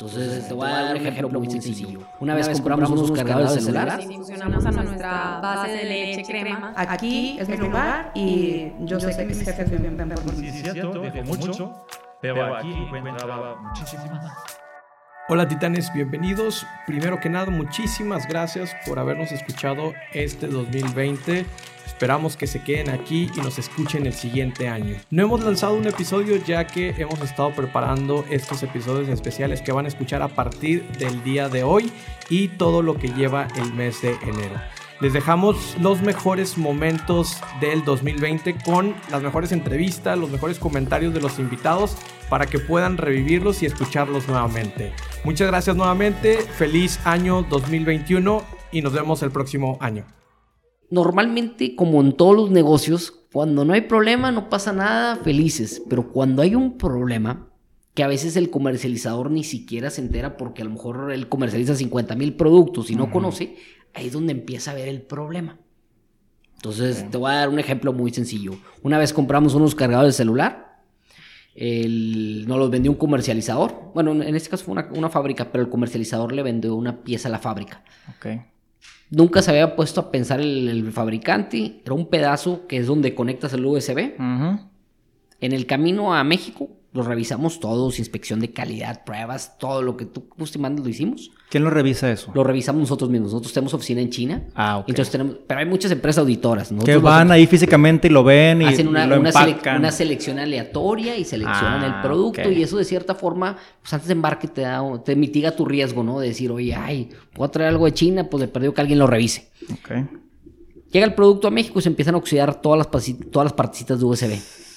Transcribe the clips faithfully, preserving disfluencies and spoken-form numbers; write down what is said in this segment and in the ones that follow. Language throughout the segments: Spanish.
Entonces, te voy a dar un ejemplo muy sencillo. Una vez compramos unos cargadores de celular. Fusionamos a nuestra base de leche, crema. Aquí es mi lugar y yo sé que mis jefes me ven por mí. Sí, es cierto, dejó mucho, pero aquí encontraba muchísimo más. Hola titanes, bienvenidos. Primero que nada, muchísimas gracias por habernos escuchado este dos mil veinte. Esperamos que se queden aquí y nos escuchen el siguiente año. No hemos lanzado un episodio ya que hemos estado preparando estos episodios especiales que van a escuchar a partir del día de hoy y todo lo que lleva el mes de enero. Les dejamos los mejores momentos del dos mil veinte con las mejores entrevistas, los mejores comentarios de los invitados para que puedan revivirlos y escucharlos nuevamente. Muchas gracias nuevamente, feliz año dos mil veintiuno y nos vemos el próximo año. Normalmente, como en todos los negocios, cuando no hay problema, no pasa nada, felices. Pero cuando hay un problema, que a veces el comercializador ni siquiera se entera porque a lo mejor él comercializa cincuenta mil productos y no uh-huh. conoce, ahí es donde empieza a ver el problema. Entonces, okay. te voy a dar un ejemplo muy sencillo. Una vez compramos unos cargadores de celular, el, nos los vendió un comercializador. Bueno, en este caso fue una, una fábrica, pero el comercializador le vendió una pieza a la fábrica. Ok. Nunca se había puesto a pensar el, el fabricante. Era un pedazo que es donde conectas el U S B. Uh-huh. En el camino a México, lo revisamos todos, inspección de calidad, pruebas, todo lo que tú guste y mandes lo hicimos. ¿Quién lo revisa eso? Lo revisamos nosotros mismos. Nosotros tenemos oficina en China. Ah, ok. Entonces tenemos, pero hay muchas empresas auditoras. Nosotros que van ahí físicamente y lo ven y, hacen una, y lo una empacan. Sele- una selección aleatoria y seleccionan ah, el producto. Okay. Y eso de cierta forma, pues antes de embarque te, da, te mitiga tu riesgo, ¿no? De decir, oye, ay, puedo traer algo de China, pues le perdió que alguien lo revise. Ok. Llega el producto a México y se empiezan a oxidar todas las, todas las partecitas de U S B.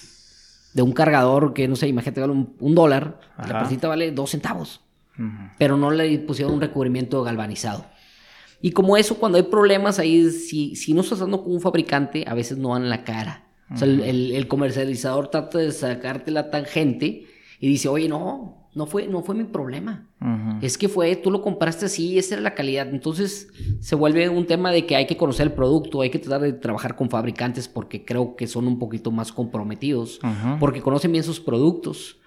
De un cargador que, no sé, imagínate, vale un, un dólar. Ajá. La partecita vale dos centavos. Uh-huh. Pero no le pusieron un recubrimiento galvanizado. Y como eso, cuando hay problemas ahí, si, si no estás dando con un fabricante, a veces no dan en la cara. Uh-huh. O sea, el, el, el comercializador trata de sacarte la tangente y dice, oye, no, no fue, no fue mi problema. Uh-huh. Es que fue, tú lo compraste así, esa era la calidad. Entonces se vuelve un tema de que hay que conocer el producto, hay que tratar de trabajar con fabricantes porque creo que son un poquito más comprometidos, uh-huh. porque conocen bien sus productos.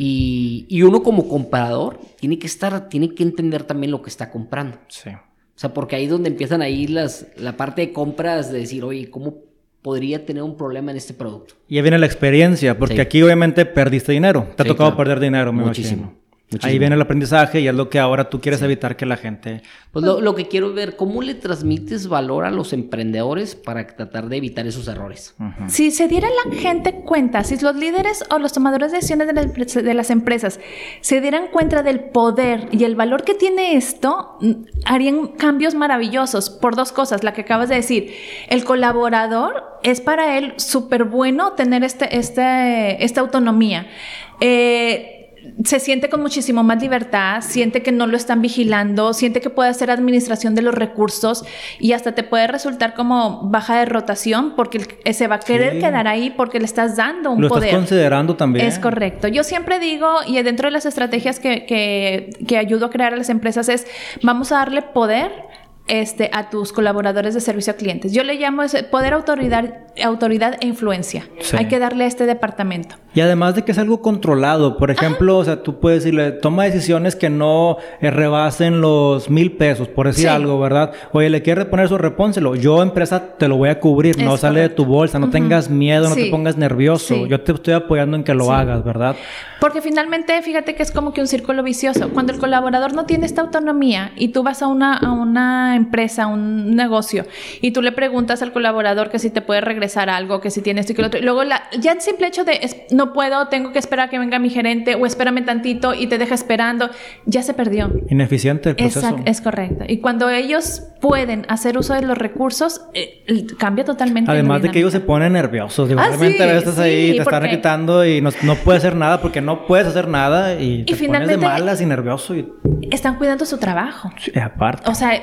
Y, y uno como comprador tiene que estar, tiene que entender también lo que está comprando. Sí. O sea, porque ahí es donde empiezan a ir las, la parte de compras de decir, oye, ¿cómo podría tener un problema en este producto? Y ya viene la experiencia, porque sí. aquí obviamente perdiste dinero. Te ha sí, tocado claro. perder dinero, me Muchísimo. imagino. Muchísimo. Ahí viene el aprendizaje y es lo que ahora tú quieres sí. evitar que la gente... Pues lo, lo que quiero ver, ¿cómo le transmites valor a los emprendedores para tratar de evitar esos errores? Uh-huh. Si se diera la gente cuenta, si los líderes o los tomadores de decisiones de, la, de las empresas se dieran cuenta del poder y el valor que tiene esto, harían cambios maravillosos por dos cosas, la que acabas de decir. El colaborador es para él súper bueno tener este, este, esta autonomía. Eh... Se siente con muchísimo más libertad, siente que no lo están vigilando, siente que puede hacer administración de los recursos y hasta te puede resultar como baja de rotación porque se va a querer sí. quedar ahí porque le estás dando un lo poder. Lo estás considerando también. Es correcto. Yo siempre digo, y dentro de las estrategias que, que, que ayudo a crear a las empresas es, vamos a darle poder Este, a tus colaboradores de servicio a clientes. Yo le llamo ese poder, autoridad, autoridad e influencia. Sí. Hay que darle a este departamento. Y además de que es algo controlado. Por ejemplo, Ajá. o sea, tú puedes decirle, toma decisiones que no eh, rebasen los mil pesos, por decir sí. algo, ¿verdad? Oye, ¿le quieres reponer eso? Repónselo. Yo, empresa, te lo voy a cubrir. Es no correcto. Sale de tu bolsa. No uh-huh. tengas miedo, no sí. te pongas nervioso. Sí. Yo te estoy apoyando en que lo sí. hagas, ¿verdad? Porque finalmente, fíjate que es como que un círculo vicioso. Cuando el colaborador no tiene esta autonomía y tú vas a una, a una empresa, un negocio, y tú le preguntas al colaborador que si te puede regresar algo, que si tiene esto y que lo otro, y luego la, ya el simple hecho de es, no puedo, tengo que esperar a que venga mi gerente o espérame tantito y te deja esperando, ya se perdió. Ineficiente el proceso. Exacto, es correcto. Y cuando ellos pueden hacer uso de los recursos, eh, cambia totalmente. Además de que ellos se ponen nerviosos. Digo, ah, realmente sí, a veces sí, ahí te porque... están quitando y no, no puedes hacer nada porque no puedes hacer nada y te y pones de malas y nervioso. Y... Están cuidando su trabajo. Sí, aparte. O sea, muchas veces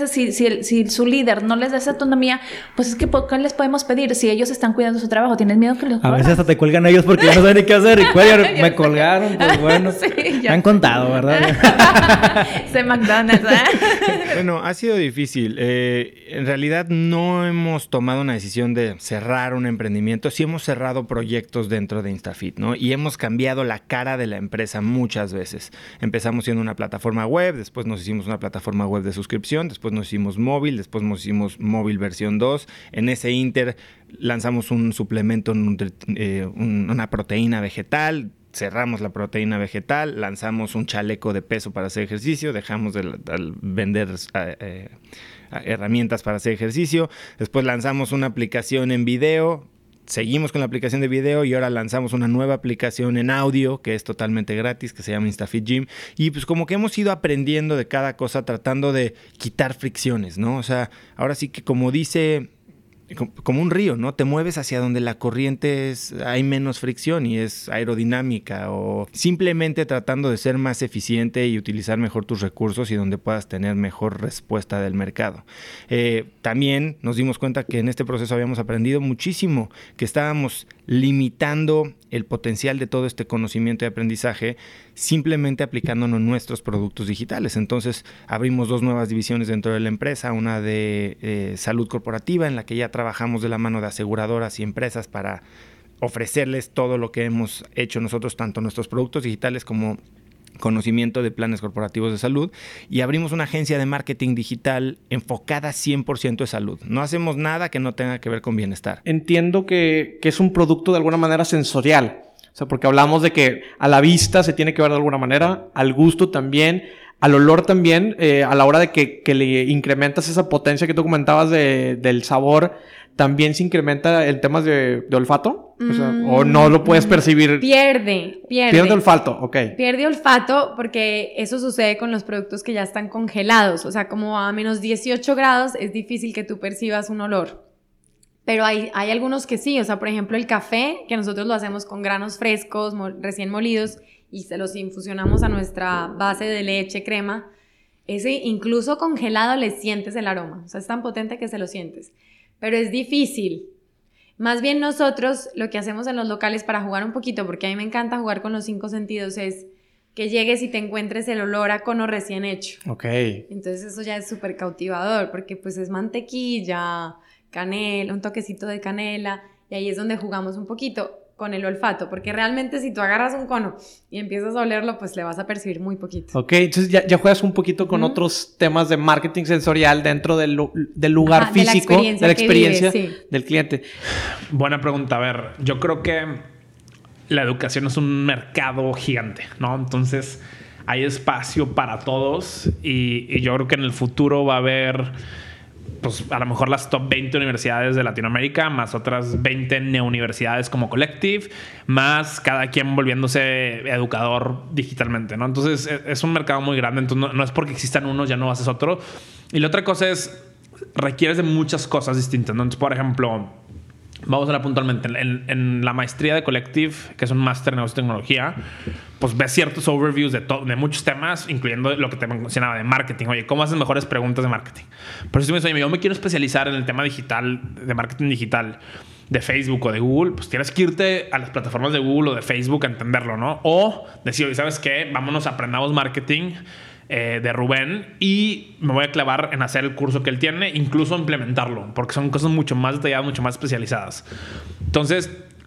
veces si, si, el, si su líder no les da esa autonomía, pues es que ¿qué les podemos pedir? Si ellos están cuidando su trabajo, ¿tienes miedo que los A veces hasta te cuelgan ellos porque ya no saben ni qué hacer y cuelgan, me colgaron, pues bueno, sí, me han contado, ¿verdad? Ese McDonald's, ¿eh? Bueno, ha sido difícil. Eh, en realidad no hemos tomado una decisión de cerrar un emprendimiento. Sí hemos cerrado proyectos dentro de InstaFit, ¿no? Y hemos cambiado la cara de la empresa muchas veces. Empezamos siendo una plataforma web, después nos hicimos una plataforma web de suscripción, después nos hicimos móvil, después nos hicimos móvil versión dos. En ese inter lanzamos un suplemento, eh, un, una proteína vegetal. Cerramos la proteína vegetal, lanzamos un chaleco de peso para hacer ejercicio, dejamos de, de vender eh, eh, herramientas para hacer ejercicio, después lanzamos una aplicación en video, seguimos con la aplicación de video y ahora lanzamos una nueva aplicación en audio que es totalmente gratis, que se llama InstaFit Gym. Y pues como que hemos ido aprendiendo de cada cosa, tratando de quitar fricciones, ¿no? O sea, ahora sí que como dice... como un río, ¿no? Te mueves hacia donde la corriente es, hay menos fricción y es aerodinámica, o simplemente tratando de ser más eficiente y utilizar mejor tus recursos y donde puedas tener mejor respuesta del mercado. Eh, también nos dimos cuenta que en este proceso habíamos aprendido muchísimo, que estábamos limitando el potencial de todo este conocimiento y aprendizaje simplemente aplicándonos nuestros productos digitales. Entonces abrimos dos nuevas divisiones dentro de la empresa, una de eh, salud corporativa, en la que ya trabajamos de la mano de aseguradoras y empresas para ofrecerles todo lo que hemos hecho nosotros, tanto nuestros productos digitales como conocimiento de planes corporativos de salud, y abrimos una agencia de marketing digital enfocada cien por ciento de salud. No hacemos nada que no tenga que ver con bienestar. Entiendo que, que es un producto de alguna manera sensorial. O sea, porque hablamos de que a la vista se tiene que ver de alguna manera, al gusto también, al olor también, eh, a la hora de que, que le incrementas esa potencia que tú comentabas de, del sabor, ¿también se incrementa el tema de, de olfato? O sea, mm, ¿o no lo puedes percibir? Pierde, pierde. Pierde olfato, ok. Pierde olfato porque eso sucede con los productos que ya están congelados. O sea, como a menos dieciocho grados es difícil que tú percibas un olor. Pero hay, hay algunos que sí. O sea, por ejemplo, el café, que nosotros lo hacemos con granos frescos, mo- recién molidos, y se los infusionamos a nuestra base de leche, crema. Ese incluso congelado le sientes el aroma. O sea, es tan potente que se lo sientes. Pero es difícil. Más bien nosotros lo que hacemos en los locales para jugar un poquito, porque a mí me encanta jugar con los cinco sentidos, es que llegues y te encuentres el olor a cono recién hecho. Ok. Entonces eso ya es súper cautivador, porque pues es mantequilla, canela, un toquecito de canela, y ahí es donde jugamos un poquito con el olfato, porque realmente si tú agarras un cono y empiezas a olerlo, pues le vas a percibir muy poquito. Ok, entonces ya, ya juegas un poquito con mm. otros temas de marketing sensorial dentro del, del lugar Ajá, físico, de la experiencia, de la experiencia vive, sí. del cliente. Buena pregunta. A ver, yo creo que la educación es un mercado gigante, ¿no? Entonces hay espacio para todos y, y yo creo que en el futuro va a haber... pues a lo mejor las top veinte universidades de Latinoamérica, más otras veinte neouniversidades como Collective, más cada quien volviéndose educador digitalmente, ¿no? Entonces es un mercado muy grande, entonces no, no es porque existan unos ya no haces otro. Y la otra cosa es, requieres de muchas cosas distintas, ¿no? Entonces, por ejemplo, vamos a hablar puntualmente, en, en la maestría de Collective, que es un máster en negocio y tecnología, pues ves ciertos overviews de, to- de muchos temas, incluyendo lo que te mencionaba de marketing. Oye, ¿cómo haces mejores preguntas de marketing? Por eso me dices, oye, yo me quiero especializar en el tema digital, de marketing digital, de Facebook o de Google. Pues tienes que irte a las plataformas de Google o de Facebook a entenderlo, ¿no? O decir, oye, ¿sabes qué? Vámonos, aprendamos marketing eh, de Rubén y me voy a clavar en hacer el curso que él tiene, incluso implementarlo, porque son cosas mucho más detalladas, mucho más especializadas. Entonces,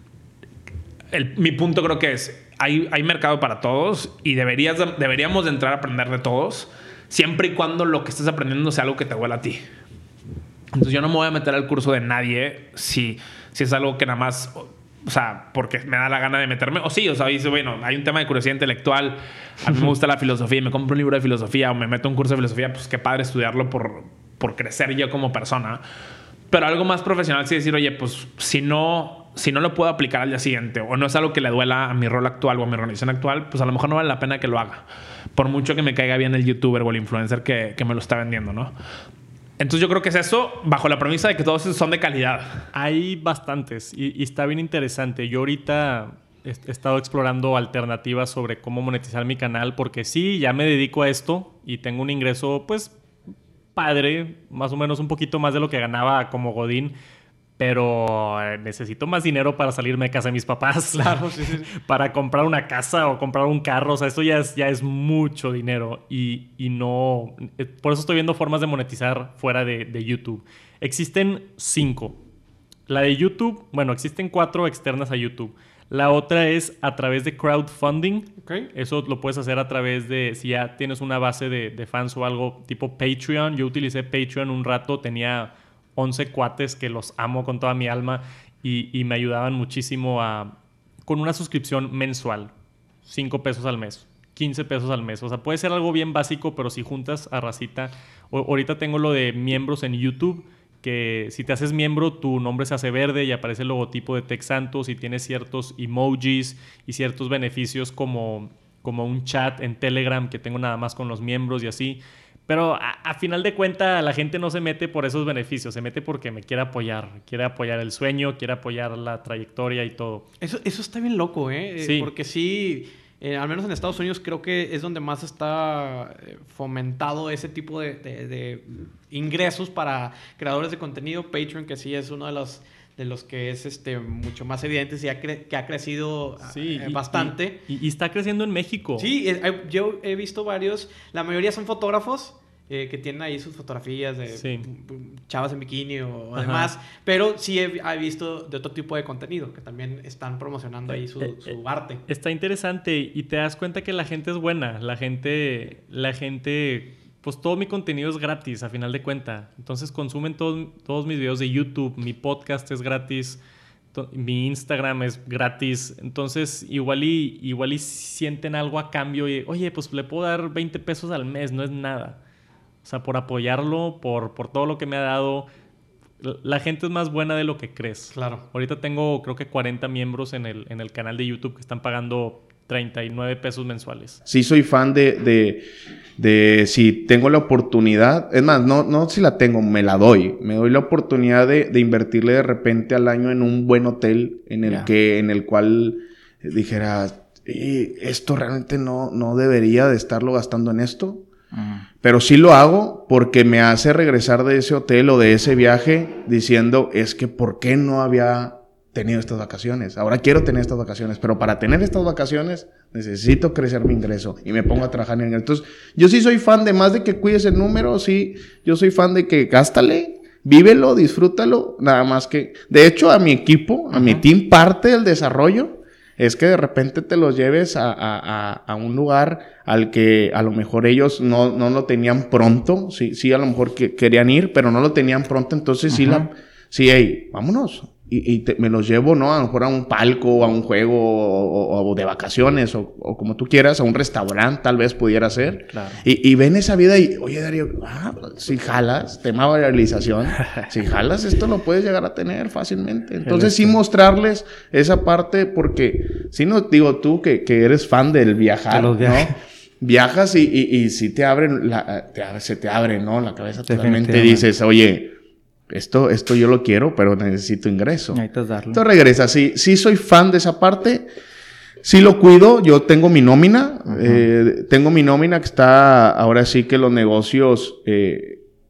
el, mi punto creo que es, hay, hay mercado para todos y deberías, deberíamos de entrar a aprender de todos, siempre y cuando lo que estés aprendiendo sea algo que te huela a ti. Entonces yo no me voy a meter al curso de nadie si, si es algo que nada más, o sea, porque me da la gana de meterme. O sí, o sea, dice, bueno, hay un tema de curiosidad intelectual, a mí me gusta la filosofía y me compro un libro de filosofía o me meto a un curso de filosofía, pues qué padre estudiarlo por, por crecer yo como persona. Pero algo más profesional, sí decir, oye, pues si no, si no lo puedo aplicar al día siguiente o no es algo que le duela a mi rol actual o a mi organización actual, pues a lo mejor no vale la pena que lo haga. Por mucho que me caiga bien el youtuber o el influencer que, que me lo está vendiendo, ¿no? Entonces yo creo que es eso bajo la premisa de que todos son de calidad. Hay bastantes y, y está bien interesante. Yo ahorita he, he estado explorando alternativas sobre cómo monetizar mi canal porque sí, ya me dedico a esto y tengo un ingreso pues padre, más o menos un poquito más de lo que ganaba como godín, pero necesito más dinero para salirme de casa de mis papás. Claro, sí, sí. Para comprar una casa o comprar un carro. O sea, esto ya es, ya es mucho dinero. Y, y no... Por eso estoy viendo formas de monetizar fuera de, de YouTube. Existen cinco. La de YouTube... Bueno, existen cuatro externas a YouTube. La otra es a través de crowdfunding. Okay. Eso lo puedes hacer a través de... Si ya tienes una base de, de fans o algo tipo Patreon. Yo utilicé Patreon un rato. Tenía once cuates que los amo con toda mi alma y, y me ayudaban muchísimo a, con una suscripción mensual. cinco pesos al mes, quince pesos al mes. O sea, puede ser algo bien básico, pero si juntas a racita... O, ahorita tengo lo de miembros en YouTube, que si te haces miembro, tu nombre se hace verde y aparece el logotipo de Tech Santos y tienes ciertos emojis y ciertos beneficios como, como un chat en Telegram que tengo nada más con los miembros y así. Pero a, a final de cuentas la gente no se mete por esos beneficios, se mete porque me quiere apoyar, quiere apoyar el sueño, quiere apoyar la trayectoria y todo. Eso, eso está bien loco, ¿eh? Sí. Porque sí, eh, al menos en Estados Unidos creo que es donde más está fomentado ese tipo de, de, de ingresos para creadores de contenido. Patreon, que sí es uno de los... de los que es este mucho más evidente y ha cre- que ha crecido sí, eh, y, bastante. Y, y, y está creciendo en México. Sí, eh, yo he visto varios, la mayoría son fotógrafos eh, que tienen ahí sus fotografías de sí. chavas en bikini o, o demás, pero sí he, he visto de otro tipo de contenido que también están promocionando ahí su, eh, su eh, arte. Está interesante y te das cuenta que la gente es buena, la gente, la gente... Pues todo mi contenido es gratis, a final de cuentas. Entonces consumen todo, todos mis videos de YouTube. Mi podcast es gratis. To- mi Instagram es gratis. Entonces igual y, igual y sienten algo a cambio. Y, oye, pues le puedo dar veinte pesos al mes. No es nada. O sea, por apoyarlo, por, por todo lo que me ha dado. La gente es más buena de lo que crees. Claro. Ahorita tengo creo que cuarenta miembros en el, en el canal de YouTube que están pagando treinta y nueve pesos mensuales. Sí soy fan de, de, de si tengo la oportunidad, es más, no, no si la tengo, me la doy. Me doy la oportunidad de, de invertirle de repente al año en un buen hotel en el, Yeah. que, en el cual dijera, eh, esto realmente no, no debería de estarlo gastando en esto. Uh-huh. Pero sí lo hago porque me hace regresar de ese hotel o de ese viaje diciendo, es que ¿por qué no había tenido estas vacaciones? Ahora quiero tener estas vacaciones, pero para tener estas vacaciones necesito crecer mi ingreso y me pongo a trabajar en el... Entonces, yo sí soy fan de más de que cuides el número, sí, yo soy fan de que gástale, vívelo, disfrútalo, nada más que... De hecho, a mi equipo, a uh-huh. mi team, parte del desarrollo es que de repente te los lleves a, a, a, a un lugar al que a lo mejor ellos no, no lo tenían pronto, sí, sí, a lo mejor que querían ir, pero no lo tenían pronto, entonces uh-huh. sí, la, sí, hey, vámonos. Y, y te, me los llevo, ¿no? A lo mejor a un palco, a un juego, o, o, o de vacaciones, o, o como tú quieras, a un restaurante tal vez pudiera ser. Claro. Y, y ven esa vida y, oye, Darío, ah, si jalas, tema de realización, si jalas esto lo puedes llegar a tener fácilmente. Entonces sí mostrarles esa parte, porque si no, digo tú que, que eres fan del viajar, ¿no? Viajas y, y, y si te abren, la, te, se te abre, ¿no? La cabeza totalmente dices, oye... Esto, esto yo lo quiero, pero necesito ingreso. Necesitas darlo. Entonces regresa. Sí, sí soy fan de esa parte. Sí lo cuido. Yo tengo mi nómina. Uh-huh. Eh, tengo mi nómina que está... Ahora sí que los negocios... Eh,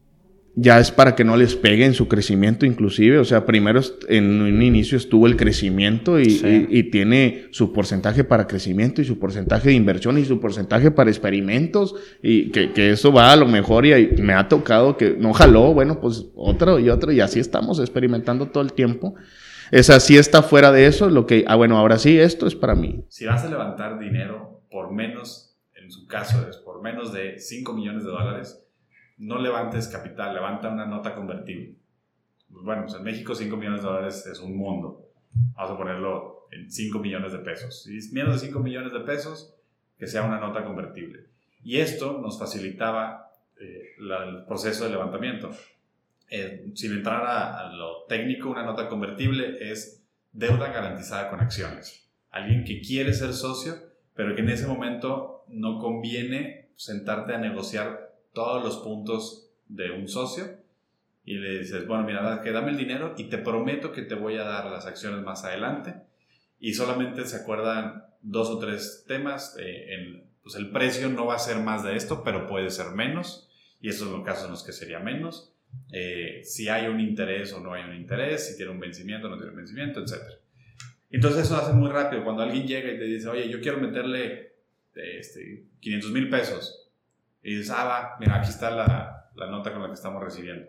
ya es para que no les peguen su crecimiento inclusive. O sea, primero en un inicio estuvo el crecimiento y, sí. y, y tiene su porcentaje para crecimiento y su porcentaje de inversión y su porcentaje para experimentos y que, que eso va a lo mejor y, y me ha tocado que no jaló, bueno, pues otro y otro y así estamos experimentando todo el tiempo. Es así, está fuera de eso, lo que, ah, bueno, ahora sí, esto es para mí. Si vas a levantar dinero por menos, en su caso es por menos de cinco millones de dólares, no levantes capital, levanta una nota convertible. Pues bueno, pues en México cinco millones de dólares es un mundo. Vamos a ponerlo en cinco millones de pesos. Si es menos de cinco millones de pesos, que sea una nota convertible. Y esto nos facilitaba eh, la, el proceso de levantamiento. Eh, sin entrar a, a lo técnico, una nota convertible es deuda garantizada con acciones. Alguien que quiere ser socio, pero que en ese momento no conviene sentarte a negociar todos los puntos de un socio y le dices, bueno, mira, que dame el dinero y te prometo que te voy a dar las acciones más adelante, y solamente se acuerdan dos o tres temas, eh, en, pues el precio no va a ser más de esto, pero puede ser menos, y esos son los casos en los que sería menos. Eh, si hay un interés o no hay un interés, si tiene un vencimiento o no tiene un vencimiento, etcétera. Entonces eso hace muy rápido. Cuando alguien llega y te dice, oye, yo quiero meterle este, quinientos mil pesos, y dices, ah, va, mira, aquí está la, la nota con la que estamos recibiendo.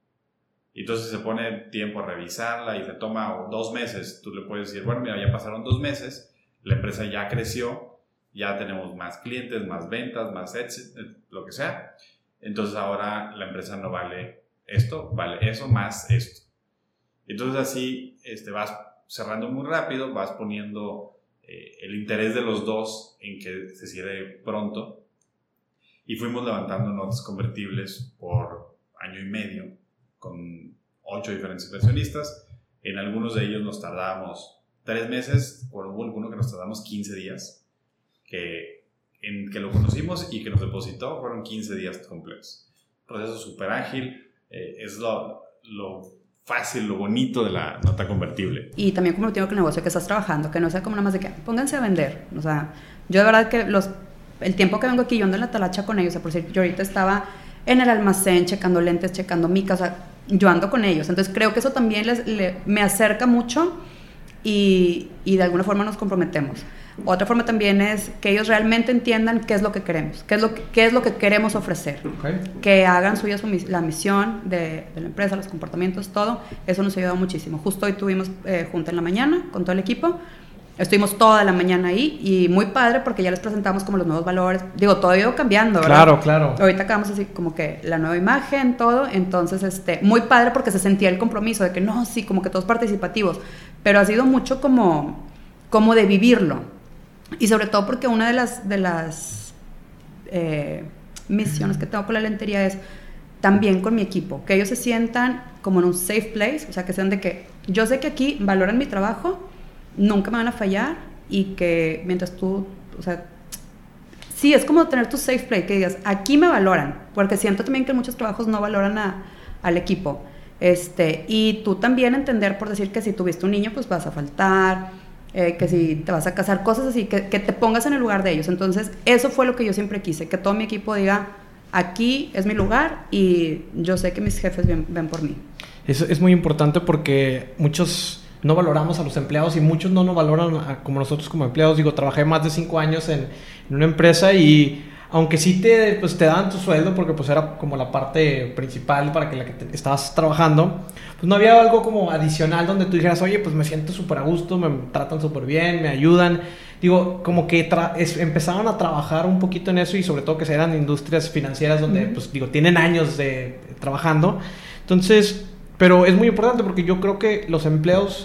Y entonces se pone tiempo a revisarla y te toma dos meses. Tú le puedes decir, bueno, mira, ya pasaron dos meses, la empresa ya creció, ya tenemos más clientes, más ventas, más éxito, lo que sea. Entonces ahora la empresa no vale esto, vale eso más esto. Entonces así este, vas cerrando muy rápido, vas poniendo eh, el interés de los dos en que se cierre pronto. Y fuimos levantando notas convertibles por año y medio con ocho diferentes inversionistas. En algunos de ellos nos tardamos tres meses, por hubo alguno que nos tardamos quince días, que, en que lo conocimos y que nos depositó fueron quince días completos. Proceso súper ágil, eh, es lo, lo fácil, lo bonito de la nota convertible. Y también como tengo que el negocio que estás trabajando, que no sea como nada más de que pónganse a vender. O sea, yo de verdad que los, el tiempo que vengo aquí, yo ando en la talacha con ellos, o sea, por decir, yo ahorita estaba en el almacén checando lentes, checando micas, o sea, yo ando con ellos. Entonces creo que eso también les, le, me acerca mucho y, y de alguna forma nos comprometemos. Otra forma también es que ellos realmente entiendan qué es lo que queremos, qué es lo que, qué es lo que queremos ofrecer. Okay. Que hagan suya su, la misión de, de la empresa, los comportamientos, todo. Eso nos ha ayudado muchísimo. Justo hoy tuvimos eh, junta en la mañana con todo el equipo. Estuvimos toda la mañana ahí y muy padre porque ya les presentamos como los nuevos valores. Digo, todo ha ido cambiando, ¿verdad? Claro, claro. Ahorita acabamos así como que la nueva imagen, todo. Entonces, este, muy padre porque se sentía el compromiso de que no, sí, como que todos participativos. Pero ha sido mucho como, como de vivirlo. Y sobre todo porque una de las, de las eh, misiones que tengo con la lentería es también con mi equipo, que ellos se sientan como en un safe place, o sea, que sean de que yo sé que aquí valoran mi trabajo, nunca me van a fallar y que mientras tú, o sea, sí, es como tener tu safe place, que digas, aquí me valoran, porque siento también que muchos trabajos no valoran a, al equipo. Este, y tú también entender, por decir que si tuviste un niño, pues vas a faltar, Eh, que si te vas a casar, cosas así, que, que te pongas en el lugar de ellos. Entonces, eso fue lo que yo siempre quise, que todo mi equipo diga, aquí es mi lugar y yo sé que mis jefes ven, ven por mí. Eso es muy importante porque muchos no valoramos a los empleados y muchos no nos valoran a, como nosotros como empleados. Digo, trabajé más de cinco años en, en una empresa y aunque sí te, pues, te daban tu sueldo porque pues era como la parte principal para que la que te, estabas trabajando, pues no había algo como adicional donde tú dijeras, oye, pues me siento súper a gusto, me tratan súper bien, me ayudan. Digo, como que tra- es, empezaban a trabajar un poquito en eso y sobre todo que eran industrias financieras donde, mm. pues digo, tienen años de trabajando. Entonces, pero es muy importante porque yo creo que los empleados...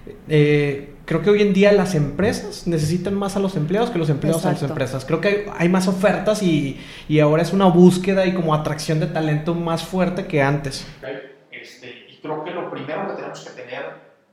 Eh, creo que hoy en día las empresas necesitan más a los empleados que los empleados Exacto. a las empresas. Creo que hay, hay más ofertas y, y ahora es una búsqueda y como atracción de talento más fuerte que antes. Okay. Este, y creo que lo primero que tenemos que tener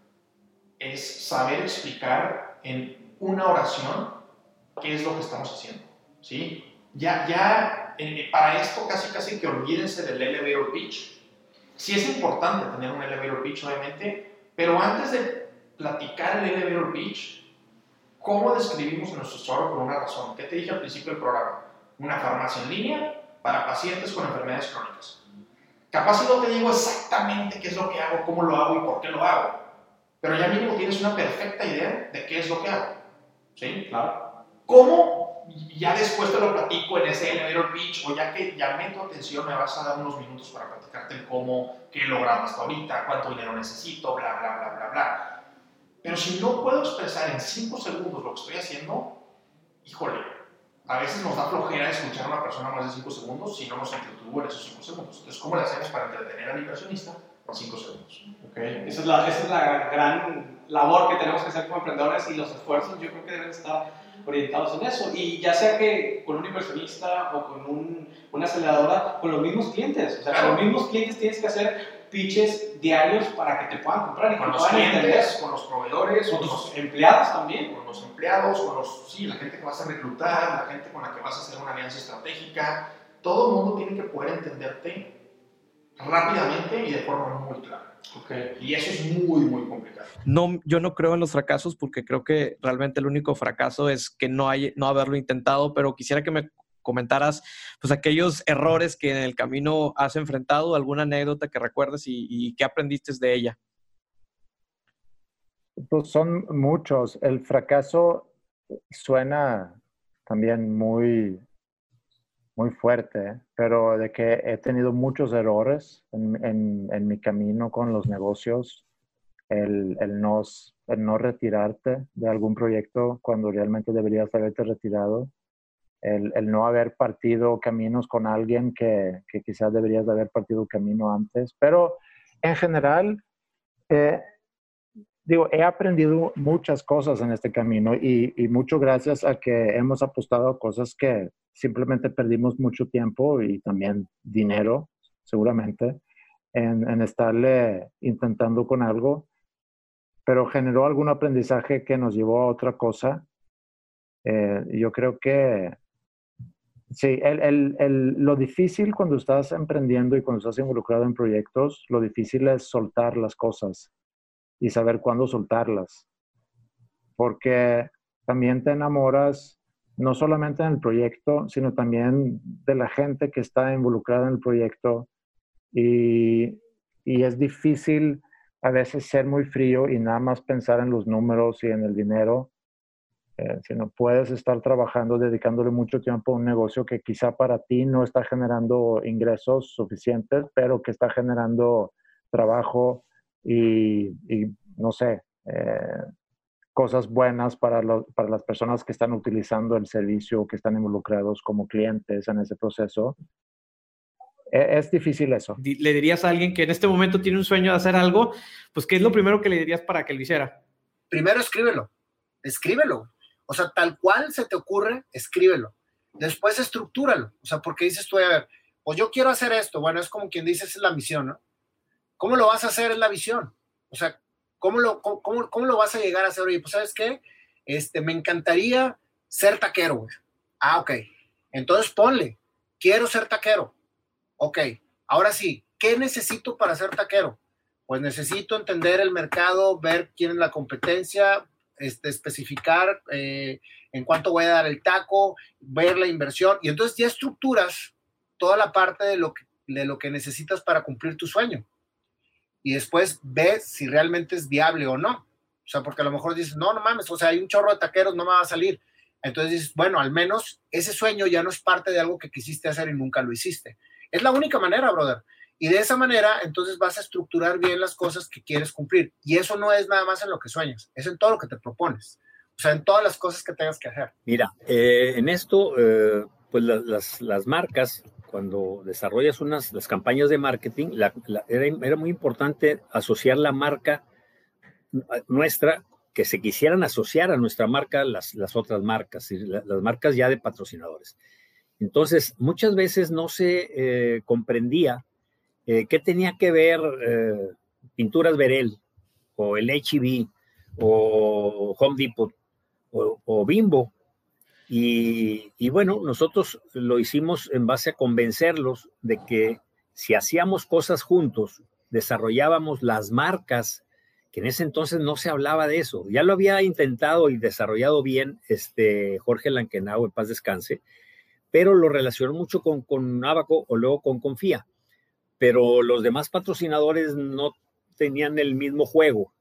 es saber explicar en una oración qué es lo que estamos haciendo, ¿sí? Ya, ya eh, para esto casi casi que olvídense del elevator pitch. Sí es importante tener un elevator pitch, obviamente, pero antes de platicar el elevator pitch, ¿cómo describimos nuestro store por una razón? ¿Qué te dije al principio del programa? Una farmacia en línea para pacientes con enfermedades crónicas. Capaz si no te digo exactamente qué es lo que hago, cómo lo hago y por qué lo hago, pero ya mínimo tienes una perfecta idea de qué es lo que hago. ¿Sí? Claro. ¿Cómo? Ya después te lo platico en ese elevator pitch, o ya que llamé tu atención, me vas a dar unos minutos para platicarte el cómo, qué he logrado hasta ahorita, cuánto dinero necesito, bla, bla, bla, bla, bla. Pero si no puedo expresar en cinco segundos lo que estoy haciendo, híjole, a veces nos da flojera escuchar a una persona más de cinco segundos si no nos entretuvo en esos cinco segundos. Entonces, ¿cómo le hacemos para entretener al inversionista en cinco segundos? Okay. Esa, es la, esa es la gran labor que tenemos que hacer como emprendedores y los esfuerzos yo creo que deben estar orientados en eso. Y ya sea que con un inversionista o con un, una aceleradora, con los mismos clientes. O sea, claro. Con los mismos clientes tienes que hacer pitches diarios para que te puedan comprar y con que los puedan clientes, entender. con los proveedores, con con los los empleados también, con los empleados, con los, sí, la gente que vas a reclutar, la gente con la que vas a hacer una alianza estratégica. Todo el mundo tiene que poder entenderte rápidamente y de forma muy clara. Okay. Y eso es muy, muy complicado. No, yo no creo en los fracasos porque creo que realmente el único fracaso es que no, hay, no haberlo intentado, pero quisiera que me comentaras pues aquellos errores que en el camino has enfrentado, alguna anécdota que recuerdes y, y qué aprendiste de ella. Pues son muchos. El fracaso suena también muy, muy fuerte, pero de que he tenido muchos errores en, en, en mi camino con los negocios, el, el, no, el no retirarte de algún proyecto cuando realmente deberías haberte retirado, el, el no haber partido caminos con alguien que, que quizás deberías de haber partido camino antes, pero en general... Eh, Digo, he aprendido muchas cosas en este camino y, y mucho gracias a que hemos apostado a cosas que simplemente perdimos mucho tiempo y también dinero, seguramente, en, en estarle intentando con algo, pero generó algún aprendizaje que nos llevó a otra cosa. Eh, yo creo que sí, el, el, el, lo difícil cuando estás emprendiendo y cuando estás involucrado en proyectos, lo difícil es soltar las cosas y saber cuándo soltarlas. Porque también te enamoras no solamente en el proyecto, sino también de la gente que está involucrada en el proyecto. Y, y es difícil a veces ser muy frío y nada más pensar en los números y en el dinero. Eh, si no puedes estar trabajando, dedicándole mucho tiempo a un negocio que quizá para ti no está generando ingresos suficientes, pero que está generando trabajo y, y no sé, eh, cosas buenas para, lo, para las personas que están utilizando el servicio, que están involucrados como clientes en ese proceso. Es, es difícil eso. ¿Le dirías a alguien que en este momento tiene un sueño de hacer algo? Pues, ¿qué es lo primero que le dirías para que lo hiciera? Primero, escríbelo. Escríbelo. O sea, tal cual se te ocurre, escríbelo. Después, estructúralo. O sea, porque dices tú, a ver, pues yo quiero hacer esto. Bueno, es como quien dice, esa es la misión, ¿no? ¿Cómo lo vas a hacer? Es la visión. O sea, ¿cómo lo, cómo, cómo, cómo lo vas a llegar a hacer? Oye, pues, ¿sabes qué? Este, me encantaría ser taquero, güey. Ah, ok. Entonces, ponle, quiero ser taquero. Ok. Ahora sí, ¿qué necesito para ser taquero? Pues necesito entender el mercado, ver quién es la competencia, este, especificar eh, en cuánto voy a dar el taco, ver la inversión. Y entonces ya estructuras toda la parte de lo que, de lo que necesitas para cumplir tu sueño. Y después ves si realmente es viable o no. O sea, porque a lo mejor dices, no, no mames, o sea, hay un chorro de taqueros, no me va a salir. Entonces dices, bueno, al menos ese sueño ya no es parte de algo que quisiste hacer y nunca lo hiciste. Es la única manera, brother. Y de esa manera, entonces vas a estructurar bien las cosas que quieres cumplir. Y eso no es nada más en lo que sueñas, es en todo lo que te propones. O sea, en todas las cosas que tengas que hacer. Mira, eh, en esto, eh, pues la, las, las marcas, cuando desarrollas unas las campañas de marketing, la, la, era, era muy importante asociar la marca nuestra, que se quisieran asociar a nuestra marca las, las otras marcas, las, las marcas ya de patrocinadores. Entonces, muchas veces no se eh, comprendía eh, qué tenía que ver eh, Pinturas Verel, o el H E B, o Home Depot, o, o Bimbo. Y, y bueno, nosotros lo hicimos en base a convencerlos de que si hacíamos cosas juntos, desarrollábamos las marcas, que en ese entonces no se hablaba de eso. Ya lo había intentado y desarrollado bien este Jorge Lankenau, en paz descanse, pero lo relacionó mucho con, con Abaco o luego con Confía. Pero los demás patrocinadores no tenían el mismo juego.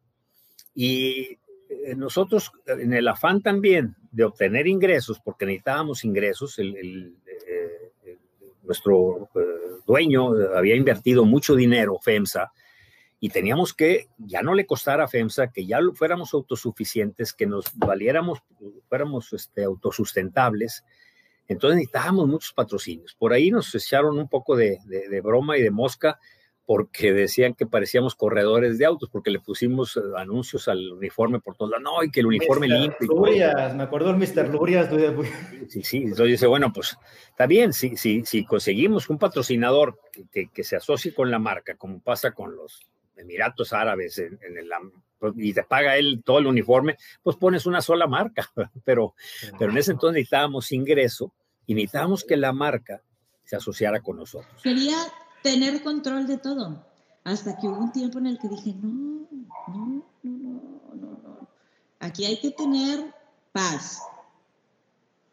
Y nosotros, en el afán también de obtener ingresos, porque necesitábamos ingresos, el, el, eh, el, nuestro eh, dueño había invertido mucho dinero, FEMSA, y teníamos que, ya no le costara a FEMSA, que ya fuéramos autosuficientes, que nos valiéramos, fuéramos este, autosustentables. Entonces necesitábamos muchos patrocinios. Por ahí nos echaron un poco de, de, de broma y de mosca, porque decían que parecíamos corredores de autos, porque le pusimos anuncios al uniforme por todos lados. No, y que el uniforme limpio. Lurias, me acuerdo del mister Lurias. Sí, sí, entonces dice, bueno, pues está bien, si, si, si conseguimos un patrocinador que, que, que se asocie con la marca, como pasa con los Emiratos Árabes, en, en el, y te paga él todo el uniforme, pues pones una sola marca. Pero, pero en ese entonces necesitábamos ingreso y necesitábamos que la marca se asociara con nosotros. Quería tener control de todo, hasta que hubo un tiempo en el que dije, no, no, no, no, no, no. Aquí hay que tener paz.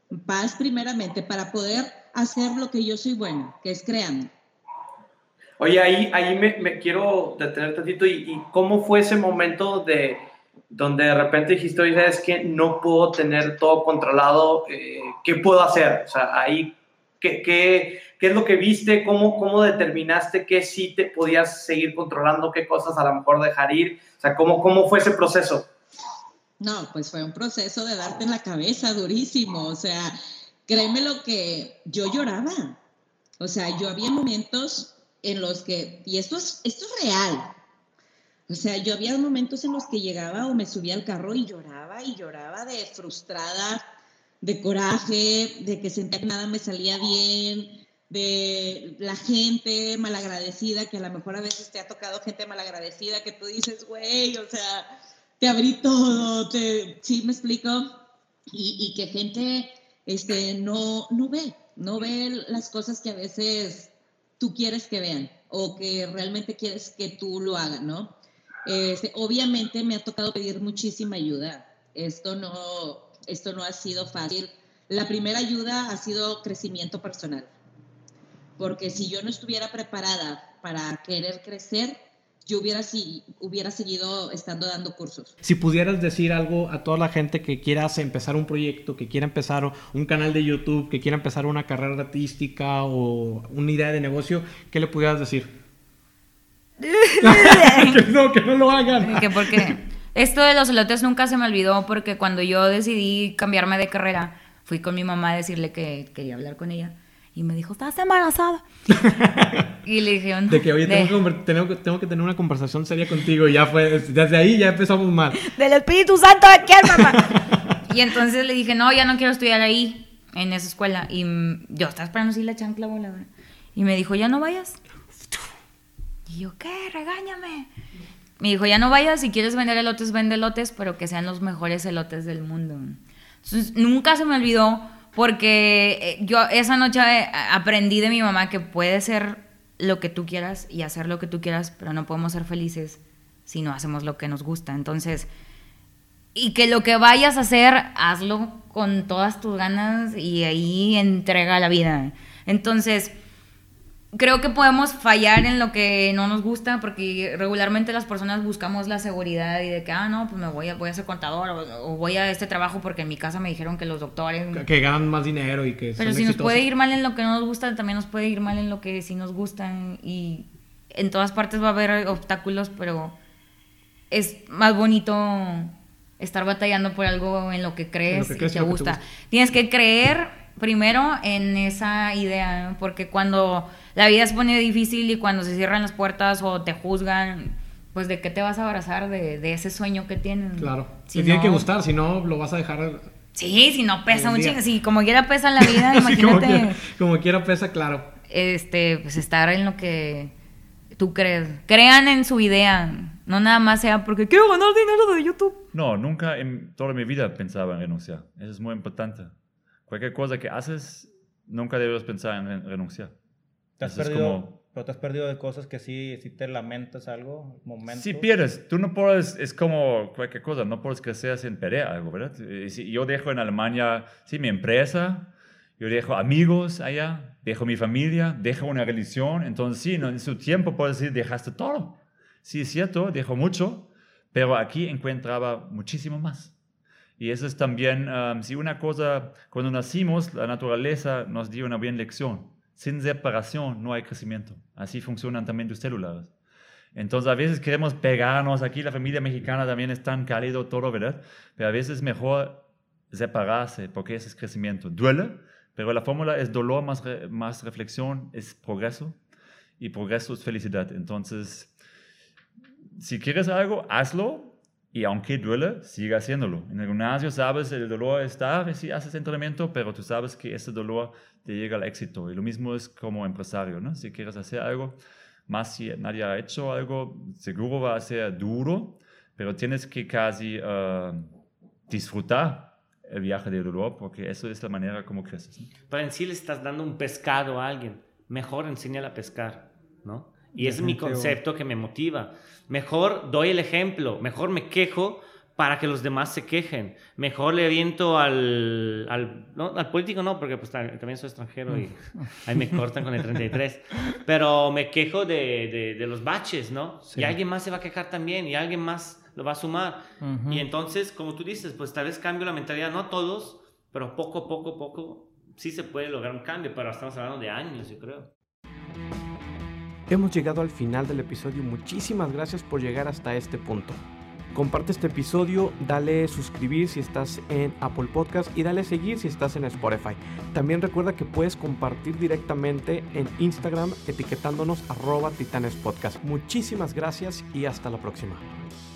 paz primeramente, para poder hacer lo que yo soy buena, que es creando. Oye, ahí, ahí me, me quiero detener tantito. ¿Y, y cómo fue ese momento de donde de repente dijiste, oye, es que no puedo tener todo controlado? Eh, ¿Qué puedo hacer? O sea, ahí, ¿qué, qué, qué es lo que viste? ¿Cómo, ¿Cómo determinaste que sí te podías seguir controlando? ¿Qué cosas a lo mejor dejar ir? O sea, ¿cómo, cómo fue ese proceso? No, pues fue un proceso de darte en la cabeza durísimo. O sea, créeme lo que yo lloraba. O sea, yo había momentos en los que, y esto es, esto es real, o sea, yo había momentos en los que llegaba o me subía al carro y lloraba y lloraba de frustrada, de coraje, de que sentía que nada me salía bien, de la gente malagradecida, que a lo mejor a veces te ha tocado gente malagradecida que tú dices, güey, o sea, te abrí todo, te, ¿sí me explico? Y, y que gente este, no, no ve, no ve las cosas que a veces tú quieres que vean o que realmente quieres que tú lo hagas, ¿no? Este, obviamente me ha tocado pedir muchísima ayuda. Esto no, esto no ha sido fácil. La primera ayuda ha sido crecimiento personal. Porque si yo no estuviera preparada para querer crecer, yo hubiera, si, hubiera seguido estando dando cursos. Si pudieras decir algo a toda la gente que quiera empezar un proyecto, que quiera empezar un canal de YouTube, que quiera empezar una carrera artística o una idea de negocio, ¿qué le pudieras decir? que no, que no lo hagan. ¿Qué, por qué? Esto de los elotes nunca se me olvidó porque cuando yo decidí cambiarme de carrera, fui con mi mamá a decirle que quería hablar con ella. Y me dijo, ¿estás embarazada? Y le dije, no. De que, oye, de... Tengo, que, tengo, que, tengo que tener una conversación seria contigo. Y ya fue, desde ahí ya empezamos mal. Del Espíritu Santo de quién, mamá. Y entonces le dije, no, ya no quiero estudiar ahí, en esa escuela. Y yo estaba esperando así la chancla voladora. Y me dijo, ya no vayas. Y yo, ¿qué? Regáñame. Me dijo, ya no vayas, si quieres vender elotes, vende elotes, pero que sean los mejores elotes del mundo. Entonces, nunca se me olvidó. Porque yo esa noche aprendí de mi mamá que puedes ser lo que tú quieras y hacer lo que tú quieras, pero no podemos ser felices si no hacemos lo que nos gusta. Entonces, y que lo que vayas a hacer, hazlo con todas tus ganas y ahí entrega la vida. Entonces, creo que podemos fallar en lo que no nos gusta porque regularmente las personas buscamos la seguridad y de que, ah, no, pues me voy a, voy a ser contador o, o voy a este trabajo porque en mi casa me dijeron que los doctores... Que, que ganan más dinero y que Pero son si exitosos. Nos puede ir mal en lo que no nos gusta, también nos puede ir mal en lo que sí nos gustan y en todas partes va a haber obstáculos, pero es más bonito estar batallando por algo en lo que crees, lo que crees y te, y gusta. te gusta. Tienes que creer primero en esa idea, ¿no? Porque cuando la vida se pone difícil y cuando se cierran las puertas o te juzgan, pues ¿de qué te vas a abrazar? De, de ese sueño que tienen. Claro, si te no, tiene que gustar, si no lo vas a dejar... Sí, si no pesa un chingo, si como quiera pesa en la vida, imagínate. Sí, como, quiera, como quiera pesa, claro. Este, pues estar en lo que tú crees. Crean en su idea, no nada más sea porque quiero ganar dinero de YouTube. No, nunca en toda mi vida pensaba en renunciar, eso es muy importante. Cualquier cosa que haces, nunca debes pensar en renunciar. ¿Te has perdido, como... ¿Pero te has perdido de cosas que sí, sí te lamentas algo? ¿Momentos? Sí pierdes. Tú no puedes, es como cualquier cosa, no puedes crecer sin perder algo, ¿verdad? Si yo dejo en Alemania, sí, mi empresa, yo dejo amigos allá, dejo mi familia, dejo una religión, entonces sí, ¿no? En su tiempo puedes decir, dejaste todo. Sí, es cierto, dejo mucho, pero aquí encontraba muchísimo más. Y eso es también, um, si una cosa, cuando nacimos, la naturaleza nos dio una buena lección. Sin separación no hay crecimiento. Así funcionan también tus células. Entonces a veces queremos pegarnos, aquí la familia mexicana también es tan cálido todo, ¿verdad? Pero a veces es mejor separarse porque ese es crecimiento. Duele, pero la fórmula es dolor más, re, más reflexión, es progreso. Y progreso es felicidad. Entonces, si quieres algo, hazlo. Y aunque duele, sigue haciéndolo. En el gimnasio sabes el dolor está si haces entrenamiento, pero tú sabes que ese dolor te llega al éxito. Y lo mismo es como empresario, ¿no? Si quieres hacer algo, más si nadie ha hecho algo, seguro va a ser duro, pero tienes que casi uh, disfrutar el viaje del dolor, porque eso es la manera como creces, ¿no? Pero en sí le estás dando un pescado a alguien. Mejor enséñale a pescar, ¿no? Y ese es mi concepto que me motiva. Mejor doy el ejemplo, mejor me quejo, para que los demás se quejen. Mejor le aviento al, al, no, al político, no, porque pues también soy extranjero y ahí me cortan con el treinta y tres. Pero me quejo de, de, de los baches, ¿no? Sí. Y alguien más se va a quejar también y alguien más lo va a sumar. Uh-huh. Y entonces, como tú dices, pues tal vez cambio la mentalidad, no todos, pero poco a poco, poco, sí se puede lograr un cambio, pero estamos hablando de años, yo creo. Hemos llegado al final del episodio. Muchísimas gracias por llegar hasta este punto. Comparte este episodio, dale suscribir si estás en Apple Podcast y dale seguir si estás en Spotify. También recuerda que puedes compartir directamente en Instagram etiquetándonos arroba Titanes Podcast. Muchísimas gracias y hasta la próxima.